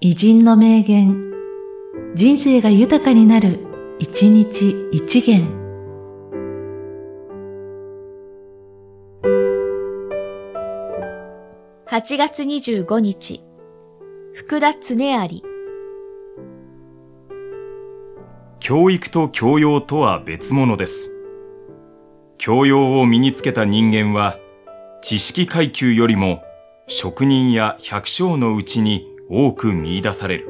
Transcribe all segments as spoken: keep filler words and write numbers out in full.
偉人の名言、人生が豊かになる、一日一元。 はちがつにじゅうごにち、福田恒有。 教育と教養とは別物です。教養を身につけた人間は、知識階級よりも職人や百姓のうちに多く見出される。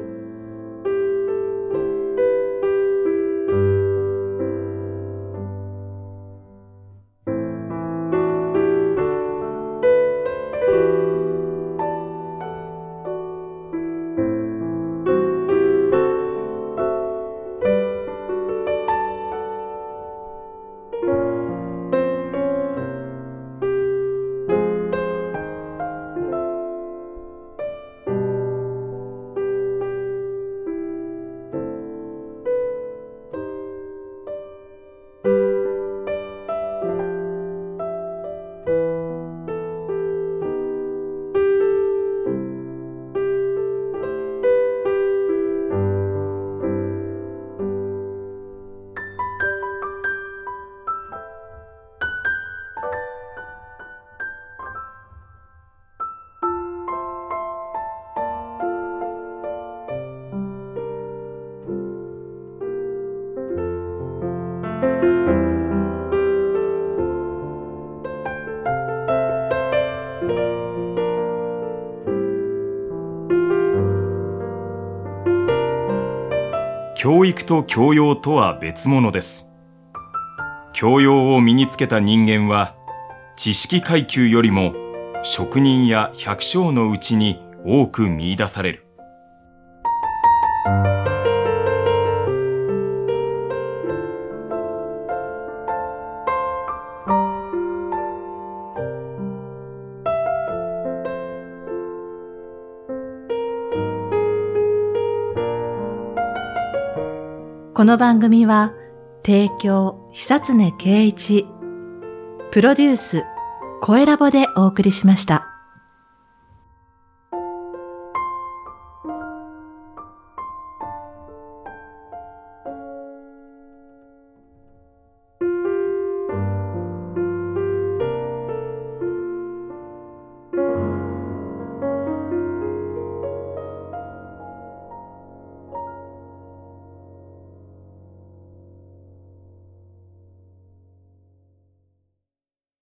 教育と教養とは別物です。教養を身につけた人間は、知識階級よりも職人や百姓のうちに多く見出される。 この番組は、提供、久常圭一、プロデュース、声ラボでお送りしました。